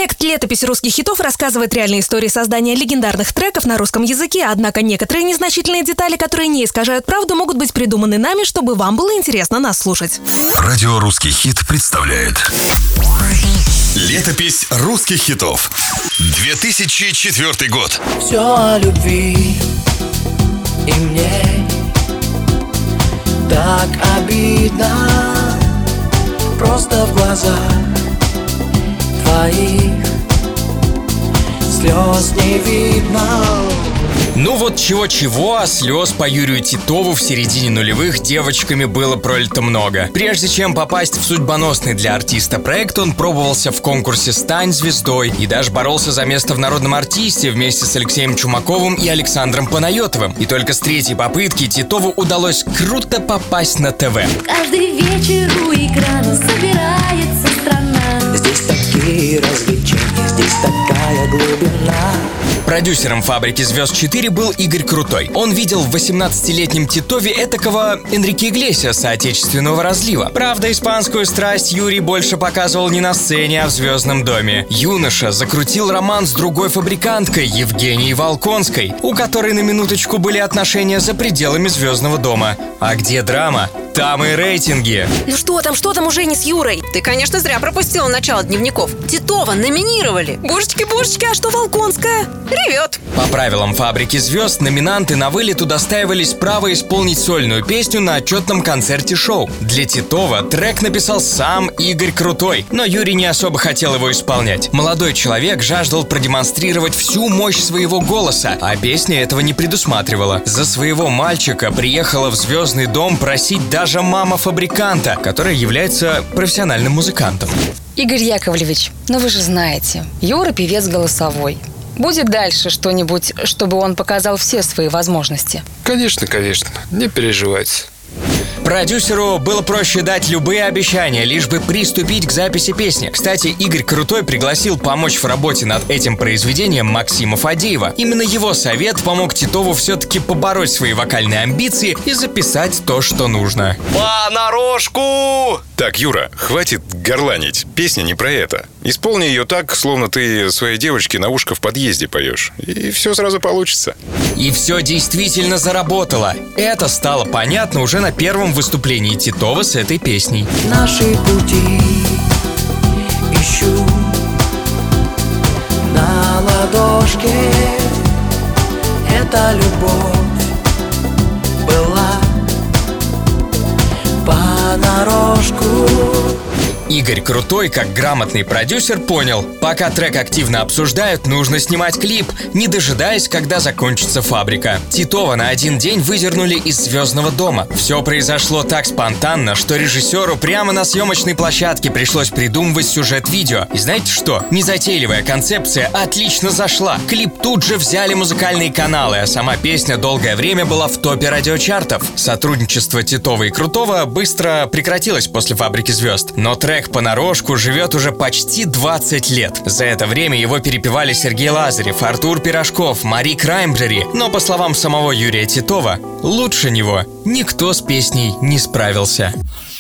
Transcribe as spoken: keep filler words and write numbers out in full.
Проект «Летопись русских хитов» рассказывает реальные истории создания легендарных треков на русском языке, однако некоторые незначительные детали, которые не искажают правду, могут быть придуманы нами, чтобы вам было интересно нас слушать. Радио «Русский хит» представляет «Летопись русских хитов». две тысячи четвёртый год. Все о любви, и мне так обидно, просто в глазах твоих слез не видно. Ну вот чего-чего, а слез по Юрию Титову в середине нулевых девочками было пролито много. Прежде чем попасть в судьбоносный для артиста проект, он пробовался в конкурсе «Стань звездой» и даже боролся за место в народном артисте вместе с Алексеем Чумаковым и Александром Панайотовым. И только с третьей попытки Титову удалось круто попасть на ТВ. Каждый вечер у экрана собирается страна. Здесь такие развлечения, здесь такая глубина. Продюсером «Фабрики звезд четыре» был Игорь Крутой. Он видел в восемнадцатилетнем Титове этакого Энрике Иглесиаса отечественного разлива. Правда, испанскую страсть Юрий больше показывал не на сцене, а в «Звездном доме». Юноша закрутил роман с другой фабриканткой, Евгенией Волконской, у которой на минуточку были отношения за пределами «Звездного дома». А где драма? Там и рейтинги. Ну что там, что там уже не с Юрой? Ты, конечно, зря пропустила начало дневников. Титова номинировали. Божечки-божечки, а что Волконская? Ревет. По правилам «Фабрики звезд» номинанты на вылет удостаивались права исполнить сольную песню на отчетном концерте шоу. Для Титова трек написал сам Игорь Крутой, но Юрий не особо хотел его исполнять. Молодой человек жаждал продемонстрировать всю мощь своего голоса, а песня этого не предусматривала. За своего мальчика приехала в «Звездный дом» просить даже мама фабриканта, которая является профессиональным музыкантом. Игорь Яковлевич, ну вы же знаете, Юра певец голосовой. Будет дальше что-нибудь, чтобы он показал все свои возможности? Конечно, конечно, не переживайте. Продюсеру было проще дать любые обещания, лишь бы приступить к записи песни. Кстати, Игорь Крутой пригласил помочь в работе над этим произведением Максима Фадеева. Именно его совет помог Титову все-таки побороть свои вокальные амбиции и записать то, что нужно. Понарошку! Так, Юра, хватит горланить. Песня не про это. Исполни ее так, словно ты своей девочке на ушко в подъезде поешь. И все сразу получится. И все действительно заработало. Это стало понятно уже на первом выступлении Титова с этой песней. Наши пути ищу на ладошке. Эта любовь была понарошку. Игорь Крутой, как грамотный продюсер, понял, пока трек активно обсуждают, нужно снимать клип, не дожидаясь, когда закончится «Фабрика». Титова на один день выдернули из «Звездного дома». Все произошло так спонтанно, что режиссеру прямо на съемочной площадке пришлось придумывать сюжет видео. И знаете что? Незатейливая концепция отлично зашла. Клип тут же взяли музыкальные каналы, а сама песня долгое время была в топе радиочартов. Сотрудничество Титова и Крутого быстро прекратилось после «Фабрики звезд», но трек «Понарошку» живет уже почти двадцать лет. За это время его перепевали Сергей Лазарев, Артур Пирожков, Мари Краймбрери. Но, по словам самого Юрия Титова, лучше него никто с песней не справился.